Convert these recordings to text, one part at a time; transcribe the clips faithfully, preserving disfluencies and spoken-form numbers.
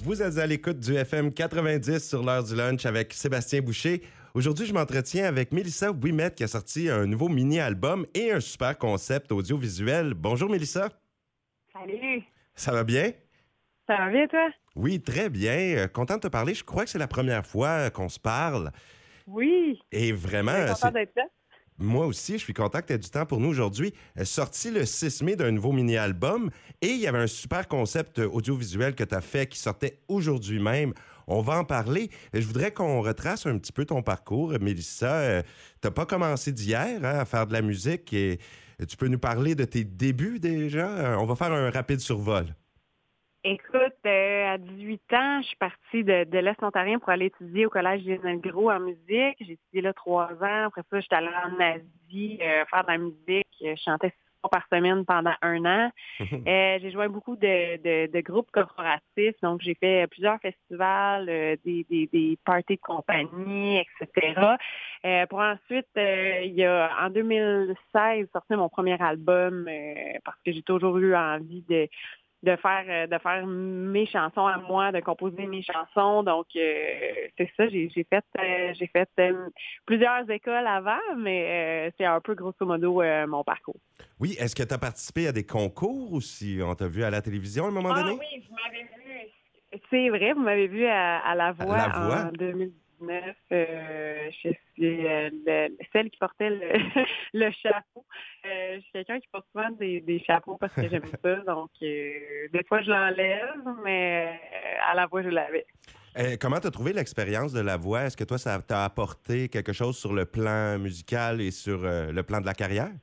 Vous êtes à l'écoute du F M quatre-vingt-dix sur l'heure du lunch avec Sébastien Boucher. Aujourd'hui, je m'entretiens avec Mélissa Ouimet qui a sorti un nouveau mini-album et un super concept audiovisuel. Bonjour Mélissa. Salut. Ça va bien? Ça va bien, toi? Oui, très bien. Euh, content de te parler. Je crois que c'est la première fois euh, qu'on se parle. Oui. Et Je suis vraiment, bien euh, contente c'est... d'être là. moi aussi, je suis content que tu aies du temps pour nous aujourd'hui. Euh, Sorti le six mai d'un nouveau mini-album et il y avait un super concept euh, audiovisuel que tu as fait qui sortait aujourd'hui même. On va en parler. Euh, Je voudrais qu'on retrace un petit peu ton parcours. Mélissa, euh, t'as pas commencé d'hier hein, à faire de la musique et euh, tu peux nous parler de tes débuts déjà? Euh, On va faire un rapide survol. Écoute, euh, à dix-huit ans, je suis partie de, de l'Est ontarien pour aller étudier au Collège Lionel Gros en musique. J'ai étudié là trois ans. Après ça, j'étais allée en Asie euh, faire de la musique. Je chantais six fois par semaine pendant un an. Euh, j'ai joué à beaucoup de, de, de groupes corporatifs. Donc, j'ai fait plusieurs festivals, euh, des, des, des parties de compagnie, et cetera. Euh, pour ensuite, euh, il y a en deux mille seize, sorti mon premier album euh, parce que j'ai toujours eu envie de de faire euh, de faire mes chansons à moi, de composer mes chansons. Donc euh, c'est ça, j'ai, j'ai fait euh, j'ai fait euh, plusieurs écoles avant, mais euh, c'est un peu grosso modo euh, mon parcours. Oui, est-ce que tu as participé à des concours ou si on t'a vu à la télévision à un moment Ah donné? oui, vous m'avez vu. C'est vrai, vous m'avez vu à, à La À Voix La Voix? en deux mille dix-neuf. Euh, je suis euh, le- celle qui portait le, le chapeau. Euh, je suis quelqu'un qui porte souvent des, des chapeaux parce que j'aime ça. Donc, euh, des fois, je l'enlève, mais euh, à La Voix, je l'avais. Euh, comment tu as trouvé l'expérience de La Voix? Est-ce que toi, ça t'a apporté quelque chose sur le plan musical et sur euh, le plan de la carrière?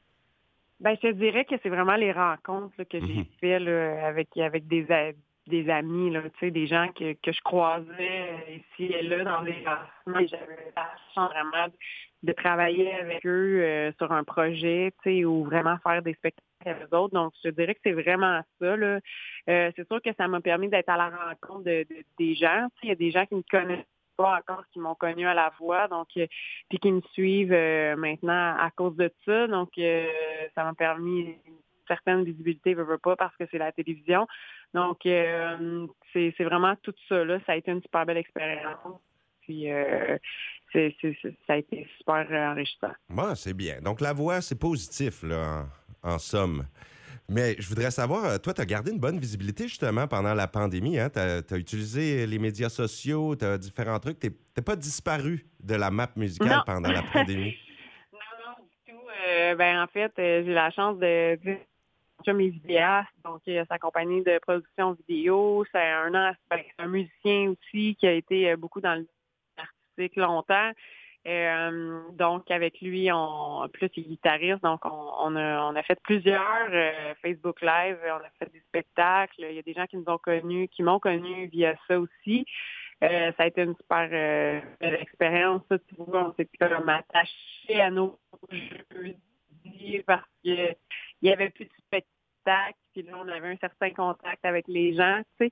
Ben, je te dirais que c'est vraiment les rencontres là, que j'ai Mhm. fait là, avec avec des a- des amis, là, tu sais, des gens que, que je croisais euh, ici et là dans les lancements. Et j'avais la chance vraiment de, de travailler avec eux euh, sur un projet, tu sais, ou vraiment faire des spectacles avec eux autres. Donc, je te dirais que c'est vraiment ça. Là. Euh, c'est sûr que ça m'a permis d'être à la rencontre de, de- des gens. Tu sais, il y a des gens qui me connaissent pas encore, qui m'ont connu à la voix, donc euh, puis qui me suivent euh, maintenant à cause de ça. Donc, euh, ça m'a permis une certaine visibilité, veux, veux pas, parce que c'est la télévision. Donc, euh, c'est, c'est vraiment tout ça, là. Ça a été une super belle expérience. Puis, euh, c'est, c'est, c'est- ça a été super euh, enrichissant. Moi, c'est bien. Donc, La Voix, c'est positif, là, en, en somme. Mais je voudrais savoir, euh, toi, tu as gardé une bonne visibilité justement pendant la pandémie. Hein? Tu as utilisé les médias sociaux, tu as différents trucs. Tu n'es pas disparu de la map musicale Non! pendant la pandémie. Non, non, du tout. Euh, ben, en fait, euh, j'ai la chance de de mes vidéastes, donc il a sa compagnie de production vidéo. C'est un, an- ben, c'est un musicien aussi qui a été euh, beaucoup dans le artistique longtemps. Euh, donc avec lui, on plus il est guitariste, donc on, on a on a fait plusieurs euh, Facebook Live, on a fait des spectacles. Il y a des gens qui nous ont connus, qui m'ont connu via ça aussi. Euh, ça a été une super euh, belle expérience. Ça, tu vois, on s'est comme attaché à nos jeux parce que il y avait plus de spectacle, puis là, on avait un certain contact avec les gens, tu sais.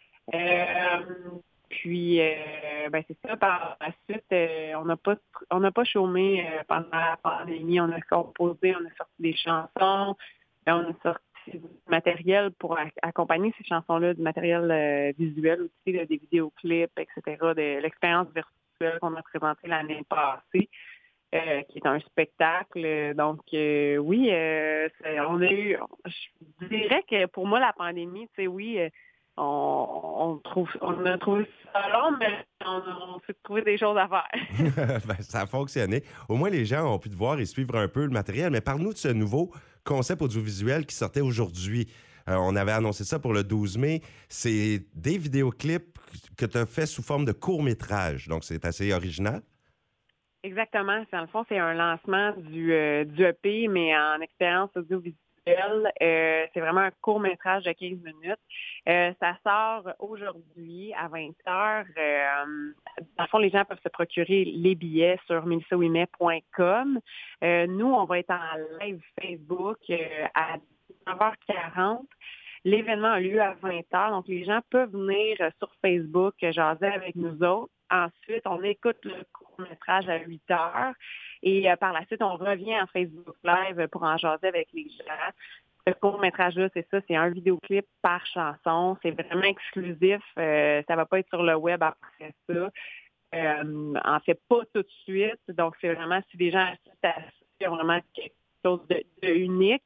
Euh, puis, euh, ben c'est ça, par la suite, euh, on n'a pas on n'a pas chômé euh, pendant la pandémie. On a composé, on a sorti des chansons, on a sorti du matériel pour ac- accompagner ces chansons-là, du matériel euh, visuel aussi, là, des vidéoclips, et cetera, de l'expérience virtuelle qu'on a présentée l'année passée. Euh, qui est un spectacle. Donc, euh, oui, euh, c'est- on a eu, je dirais que pour moi, la pandémie, tu sais, oui, euh, on, on trouve, on a trouvé ça long, mais on, on s'est trouvé des choses à faire. Ben, ça a fonctionné. Au moins, les gens ont pu te voir et suivre un peu le matériel. Mais parle-nous de ce nouveau concept audiovisuel qui sortait aujourd'hui. Euh, on avait annoncé ça pour le douze mai. C'est des vidéoclips que tu as fait sous forme de court-métrage. Donc, c'est assez original. Exactement. Dans le fond, c'est un lancement du, euh, du E P, mais en expérience audiovisuelle. Euh, c'est vraiment un court métrage de quinze minutes. Euh, ça sort aujourd'hui à vingt heures. Euh, dans le fond, les gens peuvent se procurer les billets sur melissa ouimet point com. Euh, nous, on va être en live Facebook euh, à dix-neuf heures quarante. L'événement a lieu à vingt heures, donc les gens peuvent venir euh, sur Facebook euh, jaser avec nous autres. Ensuite, on écoute le court-métrage à huit heures et euh, par la suite, on revient en Facebook Live pour en jaser avec les gens. ce court-métrage-là, c'est ça, c'est un vidéoclip par chanson. C'est vraiment exclusif. Euh, ça va pas être sur le web après ça. Euh, en fait, pas tout de suite. Donc, c'est vraiment, si les gens assistent à ça, c'est vraiment quelque chose de, de unique.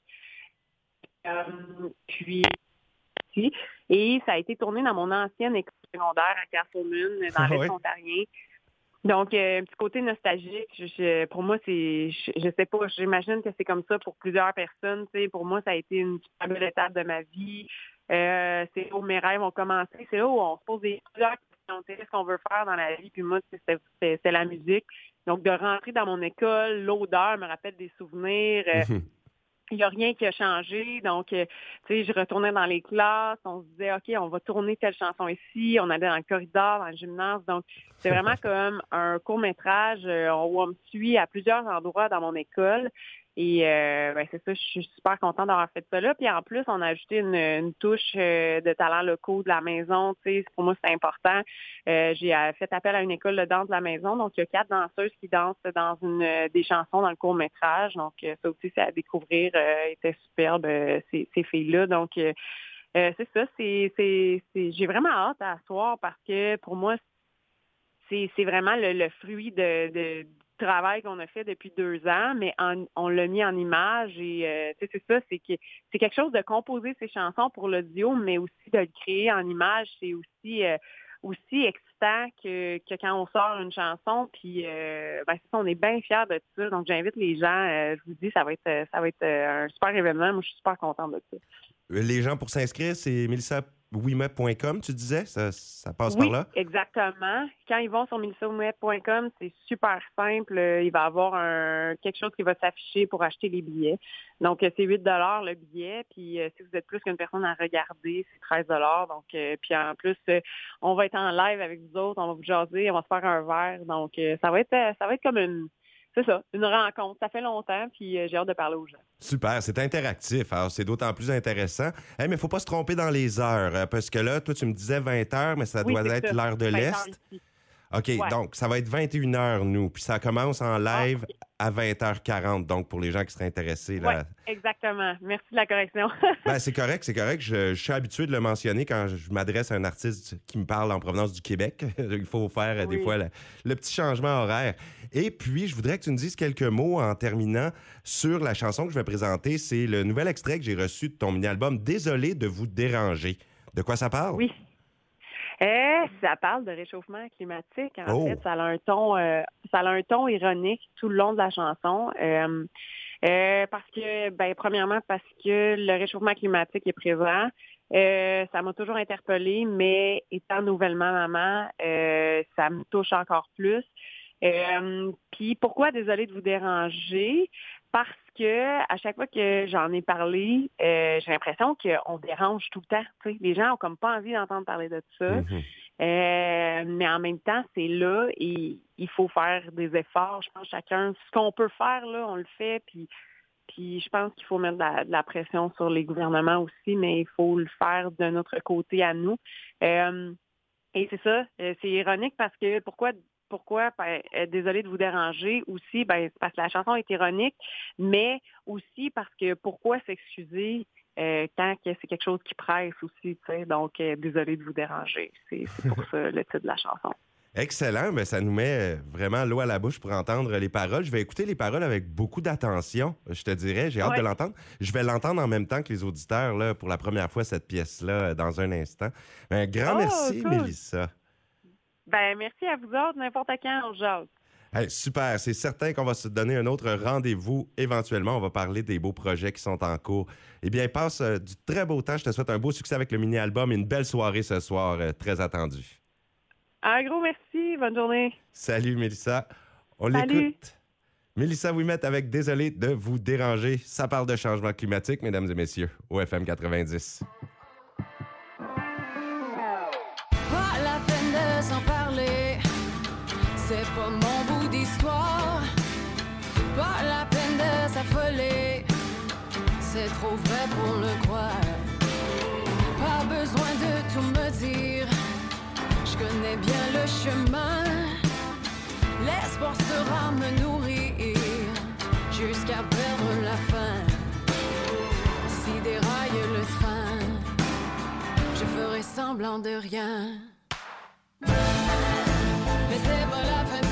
Euh, puis, si. Et ça a été tourné dans mon ancienne école secondaire à Castleman, dans l'Est ouais. ontarien. Donc, euh, un petit côté nostalgique, je, je, pour moi, c'est, je, je sais pas, j'imagine que c'est comme ça pour plusieurs personnes. Tu sais, pour moi, ça a été une super belle étape de ma vie. Euh, c'est là où mes rêves ont commencé. C'est là où on se pose des, plusieurs questions. Tu sais, qu'est-ce qu'on veut faire dans la vie? Puis moi, c'est, c'est, c'est la musique. Donc, de rentrer dans mon école, l'odeur me rappelle des souvenirs. Euh, Il n'y a rien qui a changé. Donc, euh, tu sais, je retournais dans les classes. On se disait, OK, on va tourner telle chanson ici. On allait dans le corridor, dans le gymnase. Donc, c'est vraiment comme un court-métrage euh, où on me suit à plusieurs endroits dans mon école. Et euh, ben, c'est ça, je suis super contente d'avoir fait ça là. Puis en plus, on a ajouté une, une touche euh, de talents locaux de la maison. Tu sais, pour moi, c'est important. Euh, j'ai euh, fait appel à une école de danse de la maison. Donc, il y a quatre danseuses qui dansent dans une euh, des chansons dans le court-métrage. Donc, euh, ça aussi, c'est à découvrir. Euh, était superbe, euh, ces, ces filles-là. Donc, euh, euh, c'est ça. C'est, c'est, c'est, j'ai vraiment hâte à soir parce que pour moi, c'est, c'est vraiment le, le fruit de, de travail qu'on a fait depuis deux ans, mais en, on l'a mis en image et euh, c'est ça, c'est que c'est quelque chose de composer ces chansons pour l'audio, mais aussi de le créer en image, c'est aussi euh, aussi excitant que, que quand on sort une chanson, puis euh, ben c'est ça, on est bien fiers de ça. Donc j'invite les gens, euh, je vous dis, ça va être ça va être un super événement. Moi, je suis super contente de ça. Les gens pour s'inscrire, c'est melissa ouimet point com, tu disais? Ça, ça passe Oui, par là? exactement. Quand ils vont sur melissa ouimet point com, c'est super simple. Il va y avoir un, quelque chose qui va s'afficher pour acheter les billets. Donc, c'est huit dollars le billet. Puis, si vous êtes plus qu'une personne à regarder, c'est treize dollars. Donc, euh, puis en plus, on va être en live avec vous autres. On va vous jaser. On va se faire un verre. Donc, ça va être, ça va être comme une... C'est ça, une rencontre. Ça fait longtemps, puis euh, j'ai hâte de parler aux gens. Super, c'est interactif. Alors, c'est d'autant plus intéressant. Hey, mais il ne faut pas se tromper dans les heures, hein, parce que là, toi, tu me disais vingt heures, mais ça oui, doit être ça. l'heure de l'Est. OK, ouais. Donc, ça va être vingt et une heures, nous. Puis ça commence en live ah, okay. à vingt heures quarante. Donc, pour les gens qui seraient intéressés. Oui, exactement. Merci de la correction. Ben, c'est correct, c'est correct. Je, je suis habitué de le mentionner quand je m'adresse à un artiste qui me parle en provenance du Québec. Il faut faire oui. des fois le, le petit changement horaire. Et puis, je voudrais que tu nous dises quelques mots en terminant sur la chanson que je vais présenter. C'est le nouvel extrait que j'ai reçu de ton mini-album « Désolé de vous déranger ». De quoi ça parle? Oui. Euh, ça parle de réchauffement climatique. En oh. fait, ça a un ton, euh, ça a un ton ironique tout le long de la chanson. Euh, euh, parce que, ben, premièrement, parce que le réchauffement climatique est présent. Euh, ça m'a toujours interpellée, mais étant nouvellement maman, euh, ça me touche encore plus. Euh, Puis pourquoi désolée de vous déranger? Parce que à chaque fois que j'en ai parlé, euh, j'ai l'impression qu'on dérange tout le temps. T'sais. Les gens ont comme pas envie d'entendre parler de ça. Mm-hmm. Euh, mais en même temps, c'est là et il faut faire des efforts. Je pense chacun, ce qu'on peut faire, là, on le fait. Puis, puis je pense qu'il faut mettre de la, de la pression sur les gouvernements aussi, mais il faut le faire de notre côté à nous. Euh, et c'est ça, c'est ironique parce que pourquoi Pourquoi? Ben, euh, désolée de vous déranger. Aussi, ben, parce que la chanson est ironique, mais aussi parce que pourquoi s'excuser euh, quand que c'est quelque chose qui presse aussi, tu sais. Donc, euh, désolée de vous déranger. C'est, c'est pour ça le titre de la chanson. Excellent, mais ça nous met vraiment l'eau à la bouche pour entendre les paroles. Je vais écouter les paroles avec beaucoup d'attention, je te dirais. J'ai hâte ouais. de l'entendre. Je vais l'entendre en même temps que les auditeurs là, pour la première fois, cette pièce-là, dans un instant. Un grand oh, merci, cool. Melissa. Ben merci à vous autres, n'importe quand, on jase. Hey, super, c'est certain qu'on va se donner un autre rendez-vous éventuellement. On va parler des beaux projets qui sont en cours. Eh bien, passe euh, du très beau temps. Je te souhaite un beau succès avec le mini-album et une belle soirée ce soir, euh, très attendue. Un gros merci, bonne journée. Salut, Melissa. On Salut. l'écoute. Melissa Ouimet avec « Désolé de vous déranger ». Ça parle de changement climatique, mesdames et messieurs, au F M quatre-vingt-dix. C'est pas mon bout d'histoire, pas la peine de s'affoler, c'est trop vrai pour le croire. Pas besoin de tout me dire, je connais bien le chemin. L'espoir sera me nourrir jusqu'à perdre la faim. Si des semblant de rien. Mais c'est pas la fin